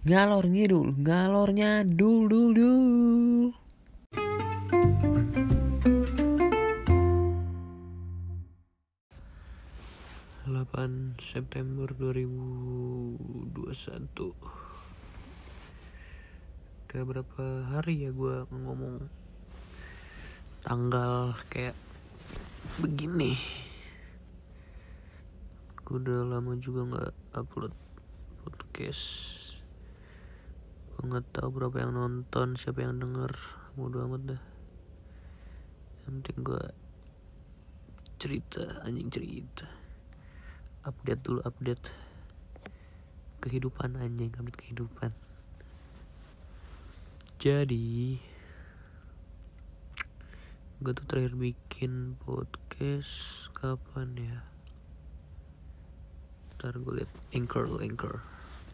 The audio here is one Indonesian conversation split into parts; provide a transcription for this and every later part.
Ngalor ngidul, ngalornya dul dul dul. September 2021. Udah berapa hari ya gue ngomong tanggal kayak begini. Gue udah lama juga gak upload podcast. Gue gak tahu berapa yang nonton, siapa yang denger, bodo amat dah. Yang penting gue cerita, update kehidupan, update kehidupan. Jadi gue tuh terakhir bikin podcast kapan ya? Ntar gue liat Anchor.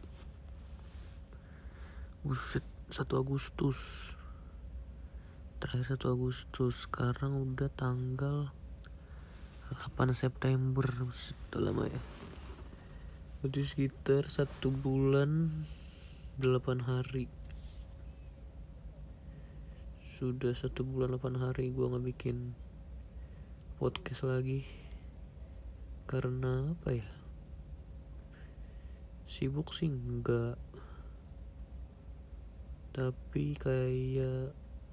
Buset, 1 Agustus. Terakhir 1 Agustus. Sekarang udah tanggal 8 September. Buset, udah lama ya. Berarti sekitar 1 bulan 8 hari. Sudah 1 bulan 8 hari gue gak bikin podcast lagi. Karena apa ya? Sibuk sih enggak. Tapi kayak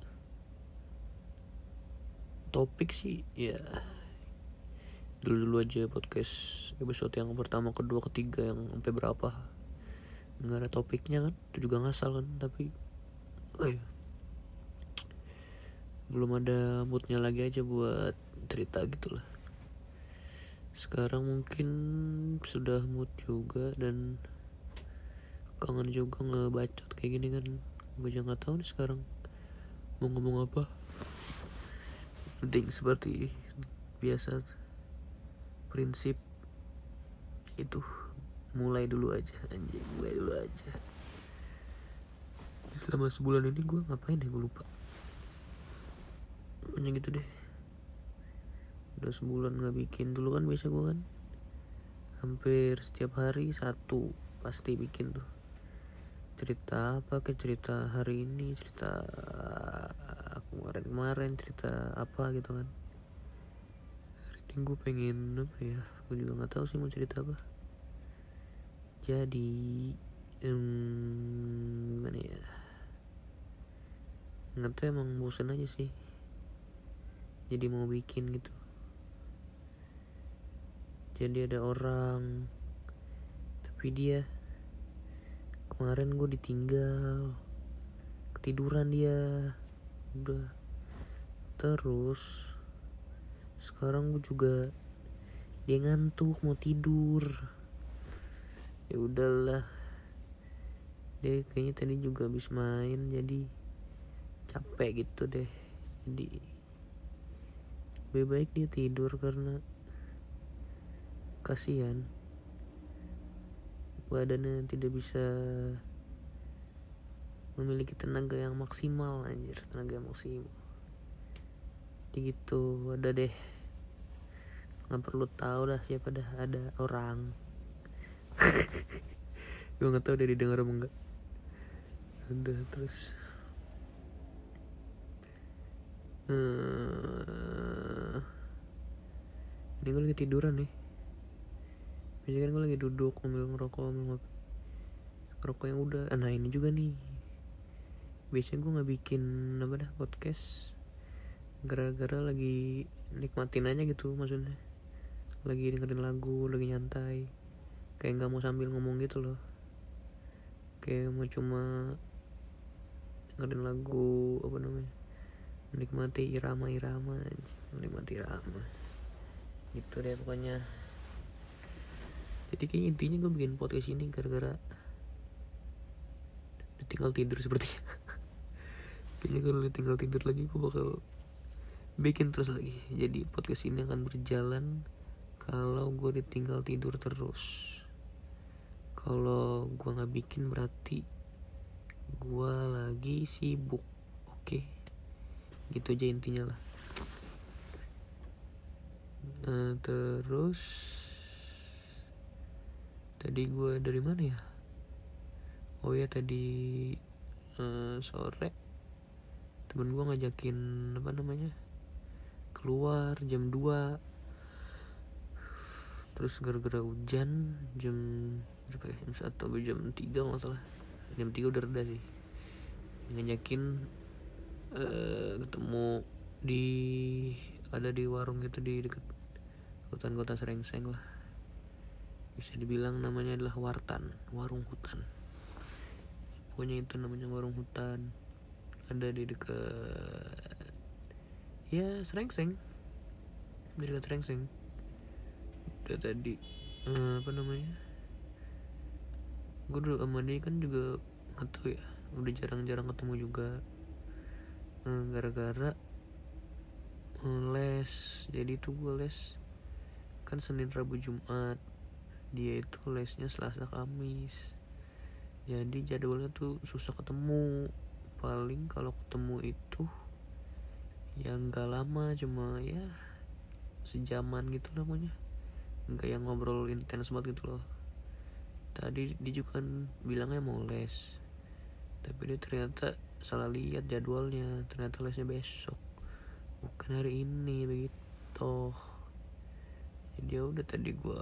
topik sih ya dulu aja podcast episode yang pertama, kedua, ketiga, yang sampai berapa nggak ada topiknya kan, itu juga ngasal kan. Tapi belum ada moodnya lagi aja buat cerita gitu lah. Sekarang mungkin sudah mood juga dan kangen juga ngebacot kayak gini kan. Gue juga gak tahu nih sekarang mau ngomong apa. Penting seperti biasa, prinsip itu mulai dulu aja. Selama sebulan ini gue ngapain ya, gue lupa. Pokoknya gitu deh. Udah sebulan gak bikin. Dulu kan biasa gue kan hampir setiap hari satu pasti bikin tuh. Cerita apa, ke cerita hari ini, cerita kemarin, cerita apa gitu kan. Hari ini gue pengen apa ya, gue juga gak tahu sih mau cerita apa. Jadi gimana ya, nggak tahu, emang bosan aja sih. Jadi mau bikin gitu. Jadi ada orang, tapi dia kemarin gue ditinggal, ketiduran dia. Udah. Terus sekarang gue juga, dia ngantuk mau tidur. Ya udahlah, dia kayaknya tadi juga habis main jadi capek gitu deh. Jadi lebih baik dia tidur karena kasihan badannya tidak bisa memiliki tenaga yang maksimal. Tenaga yang maksimal. Jadi gitu, ada deh, nggak perlu tahu dah siapa dah, ada orang. Gue nggak tahu dia didengar apa enggak. Udah. Terus ini gue lagi tiduran nih. Biasanya kan gue lagi duduk sambil ngerokok, ngerokok yang udah. Nah ini juga nih, biasanya gue nggak bikin podcast gara-gara lagi nikmatin aja gitu. Maksudnya lagi dengerin lagu, lagi nyantai, kayak nggak mau sambil ngomong gitu loh. Kayak mau cuma dengerin lagu, menikmati irama gitu deh pokoknya. Jadi kayak intinya gue bikin podcast ini gara-gara tinggal tidur sepertinya. Kayaknya kalau tinggal tidur lagi gue bakal bikin terus lagi. Jadi podcast ini akan berjalan kalau gue ditinggal tidur terus. Kalau gue gak bikin berarti gue lagi sibuk. Oke, gitu aja intinya lah. Terus tadi gue dari mana ya? Oh ya tadi sore temen gue ngajakin keluar jam 2, terus gara-gara hujan jam berapa ya, jam 1 sampai jam 3 nggak salah. Jam 3 udah reda sih. Ngajakin ketemu ada di warung gitu di dekat hutan kota Serengseng lah, bisa dibilang namanya adalah warung hutan. Pokoknya itu namanya warung hutan, ada di dekat Serengseng, di dekat Serengseng. Udah tadi gue dulu sama dia kan juga nggak tahu ya, udah jarang-jarang ketemu juga gara-gara les. Jadi tuh gue les kan Senin Rabu Jumat, dia itu lesnya Selasa Kamis, jadi jadwalnya tuh susah ketemu. Paling kalau ketemu itu yang gak lama, cuma ya sejaman gitu namanya, nggak yang ngobrol intens banget gitu loh. Tadi dia juga kan bilangnya mau les, tapi dia ternyata salah lihat jadwalnya, ternyata lesnya besok bukan hari ini begitu. Jadi ya udah tadi gue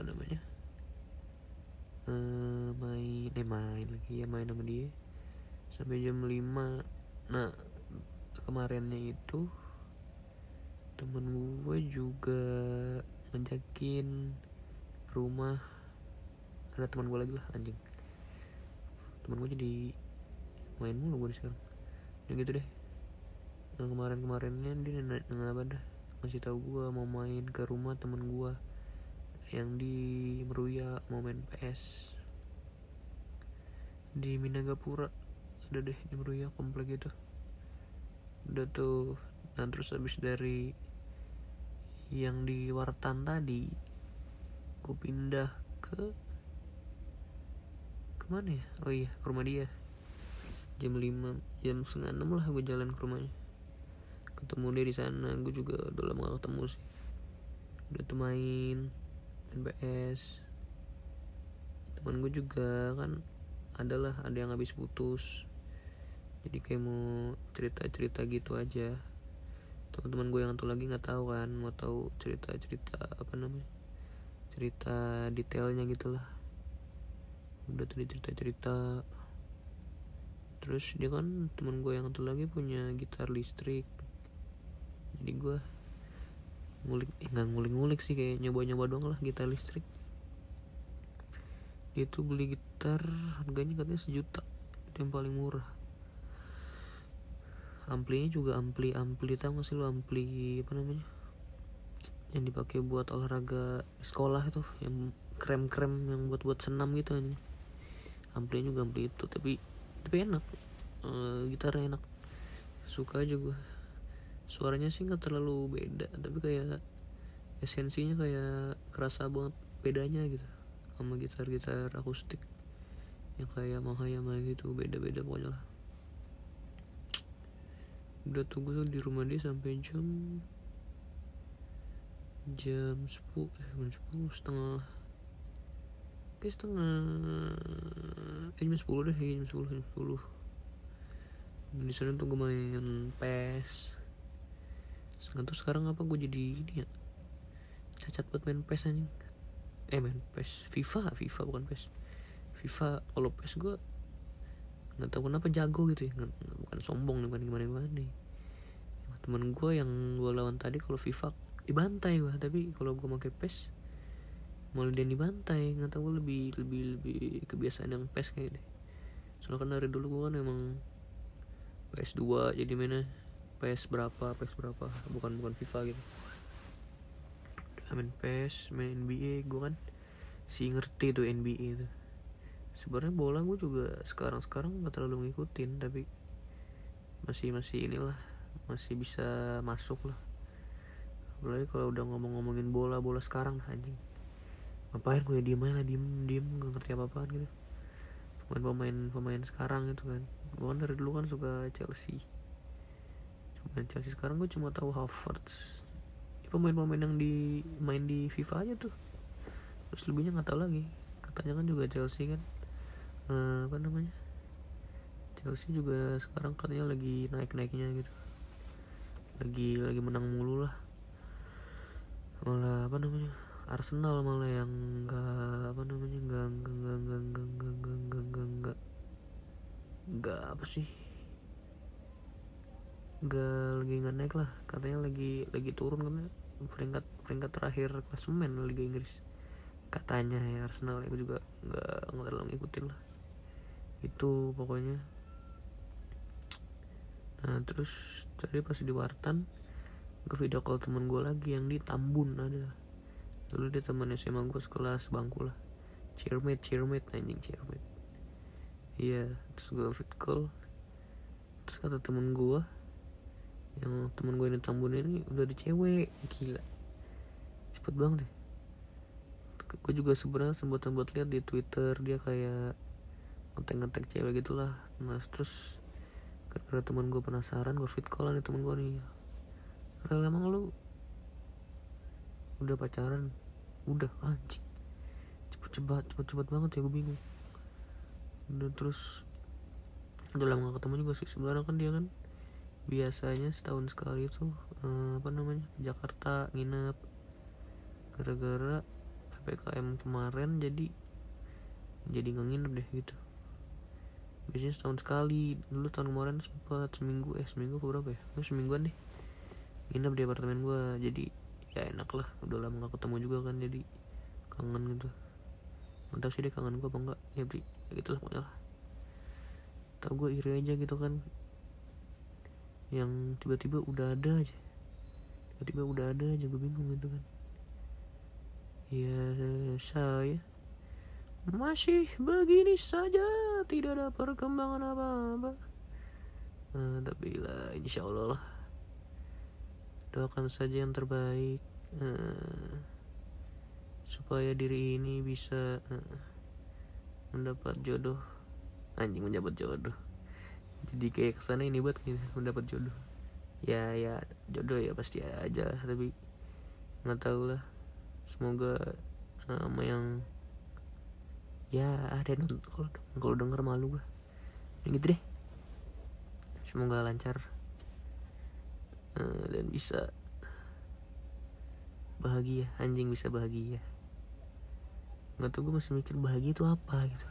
main sama dia sampai jam 5. Nah kemarinnya itu temen gue juga ngajakin ke rumah. Ada teman gue lagi lah, anjing, temen gue jadi main mulu gue sekarang. Yang gitu deh. Nah kemarinnya dia ngasih tahu gue mau main ke rumah temen gue yang di Meruya, mau main PS di Minagapura. Ada deh di Meruya, komplek gitu. Udah tuh. Nah terus habis dari yang di Wartan tadi, gue pindah ke mana ya? Oh iya, ke rumah dia. Jam 5, jam 5:30 lah gue jalan ke rumahnya. Ketemu dia di sana. Gue juga udah lama gak ketemu sih. Udah tuh main PS. Teman gue juga kan ada yang habis putus, jadi kayak mau cerita gitu aja. Teman-teman gue yang satu lagi nggak tahu kan, mau tahu cerita detailnya gitulah. Udah tuh cerita. Terus dia kan teman gue yang satu lagi punya gitar listrik, jadi gue ngulik sih, kayak nyoba doang lah gitar listrik. Dia tuh beli gitar harganya katanya 1 juta, itu yang paling murah. Amplinya juga ampli tau gak sih lo, ampli yang dipakai buat olahraga di sekolah itu, yang krem yang buat senam gitu aja. Amplinya juga ampli itu, tapi enak. Gitarnya enak, suka aja gue. Suaranya sih nggak terlalu beda, tapi kayak esensinya kayak kerasa banget bedanya gitu sama gitar akustik yang kayak Mahayama gitu. Beda pokoknya lah. Udah tunggu tuh di rumah dia sampai jam 10 setengah jam 10 deh, jam 10. Di sana tuh gue main PES. Nggak tahu sekarang apa gue jadi ini ya, cacat buat main PES anjing. Main PES FIFA bukan PES. FIFA. Kalau PES gue nggak tahu kenapa jago gitu ya, bukan sombong, bukan gimana nih. Temen gue yang gue lawan tadi kalau FIFA dibantai gue, tapi kalau gue pakai PES malah dia dibantai. Nggak tahu, gue lebih kebiasaan yang PES kayak deh. Soalnya kan dari dulu gue kan emang PS2, jadi mainnya PS berapa, bukan FIFA gitu. Main PES, main NBA, gue kan sih ngerti tuh NBA itu. Sebenarnya bola gue juga sekarang nggak terlalu ngikutin, tapi masih inilah, masih bisa masuk lah. Apalagi kalau udah ngomongin bola sekarang anjing, ngapain gue diem nggak ngerti apa-apaan gitu. Pemain sekarang itu kan, gue kan dari dulu kan suka Chelsea. Sekarang gue cuma tahu Havertz. Pemain yang main di FIFA aja tuh, terus lebihnya nggak tahu lagi. Katanya kan juga Chelsea kan apa namanya, Chelsea juga sekarang katanya lagi naik-naiknya gitu, lagi menang mulu lah. Malah apa namanya, Arsenal malah yang nggak apa namanya, nggak apa sih, nggak naik lah, katanya lagi turun kan, peringkat terakhir klasemen Liga Inggris katanya ya Arsenal. Aku juga nggak terlalu ngikutin lah itu pokoknya. Nah terus tadi pas di Wartan gue video call temen gue lagi yang di Tambun ada. Dulu dia temen SMA gue sekelas bangku lah, cheermate anjing cheermate. Iya, terus gue video call, terus kata temen gue yang temen gue ini Tambun ini udah ada cewek, gila cepet banget deh. Gue juga sebenarnya sempat lihat di Twitter dia kayak ngetek cewek gitulah. Nah terus karena temen gue penasaran, gue fit call nih temen gue nih, Rel emang lu udah pacaran? Udah, anjing cepet banget ya, gue bingung. Dan terus udah lama gak ketemu juga sih sebenarnya kan. Dia kan biasanya setahun sekali tuh apa namanya, ke Jakarta nginep. Gara-gara PPKM kemarin jadi gak nginep deh gitu. Biasanya setahun sekali. Dulu tahun kemarin sempat seminggu berapa ya, semingguan deh nginep di apartemen gue. Jadi ya enak lah, udah lama gak ketemu juga kan, jadi kangen gitu. Mantap sih dia kangen gue apa enggak ya, ya gitu lah pokoknya lah. Tau gue iri aja gitu kan, yang tiba-tiba udah ada aja, gue bingung gitu kan. Ya saya masih begini saja, tidak ada perkembangan apa-apa. Tapi lah insyaallah lah, doakan saja yang terbaik, supaya diri ini bisa mendapat jodoh. Jadi kayak kesana ini buat gitu, mendapat jodoh. Ya jodoh ya pasti aja, tapi nggak tahu lah. Semoga sama yang ya ada nonton, kalau denger malu gue yang gitu deh. Semoga lancar dan bisa bahagia, bisa bahagia. Nggak tahu, gue masih mikir bahagia itu apa gitu.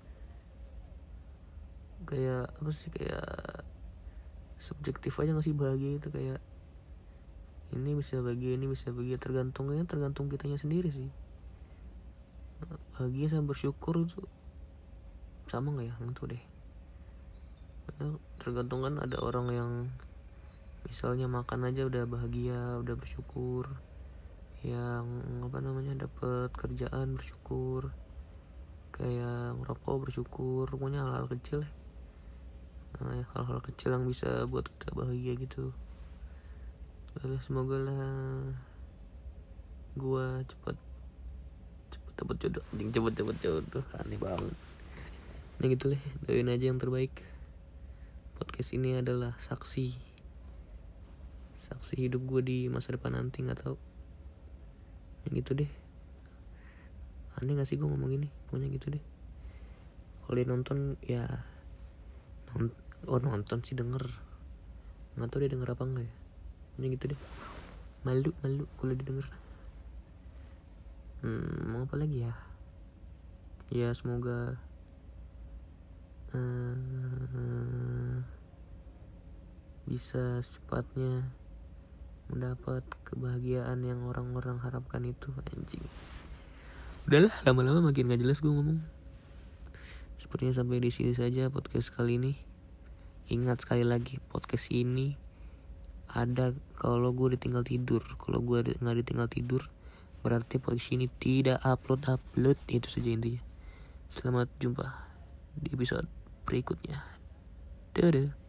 Kayak apa sih, kayak subjektif aja nggak sih bahagia itu. Kayak ini bisa bahagia, tergantung kitanya sendiri sih. Bahagia sama bersyukur itu sama nggak ya, nggak tahu deh. Tergantung kan, ada orang yang misalnya makan aja udah bahagia, udah bersyukur. Yang apa namanya, dapat kerjaan bersyukur. Kayak ngerokok bersyukur. Pokoknya hal-hal kecil ya. Hal-hal kecil yang bisa buat kita bahagia gitu. Lalu semoga lah gua cepet dapat jodoh. Cepet jodoh, aneh banget. Nah gitu deh, doain aja yang terbaik. Podcast ini adalah saksi hidup gue di masa depan nanti, nggak tahu. Yang gitu deh. Aneh nggak sih gue ngomong gini? Pokoknya gitu deh. Kalau dia nonton ya nonton sih, denger. Nggak tahu dia denger apa enggak ya. Pokoknya gitu deh. Malu kalau dia denger. Mau apa lagi ya? Ya semoga bisa secepatnya mendapat kebahagiaan yang orang-orang harapkan itu, anjing. Udahlah, lama-lama makin gak jelas gue ngomong. Sepertinya sampai di sini saja podcast kali ini. Ingat sekali lagi, podcast ini ada kalau gue ditinggal tidur. Kalau gue nggak ditinggal tidur, berarti podcast ini tidak upload. Itu saja intinya. Selamat jumpa di episode berikutnya. Dadah.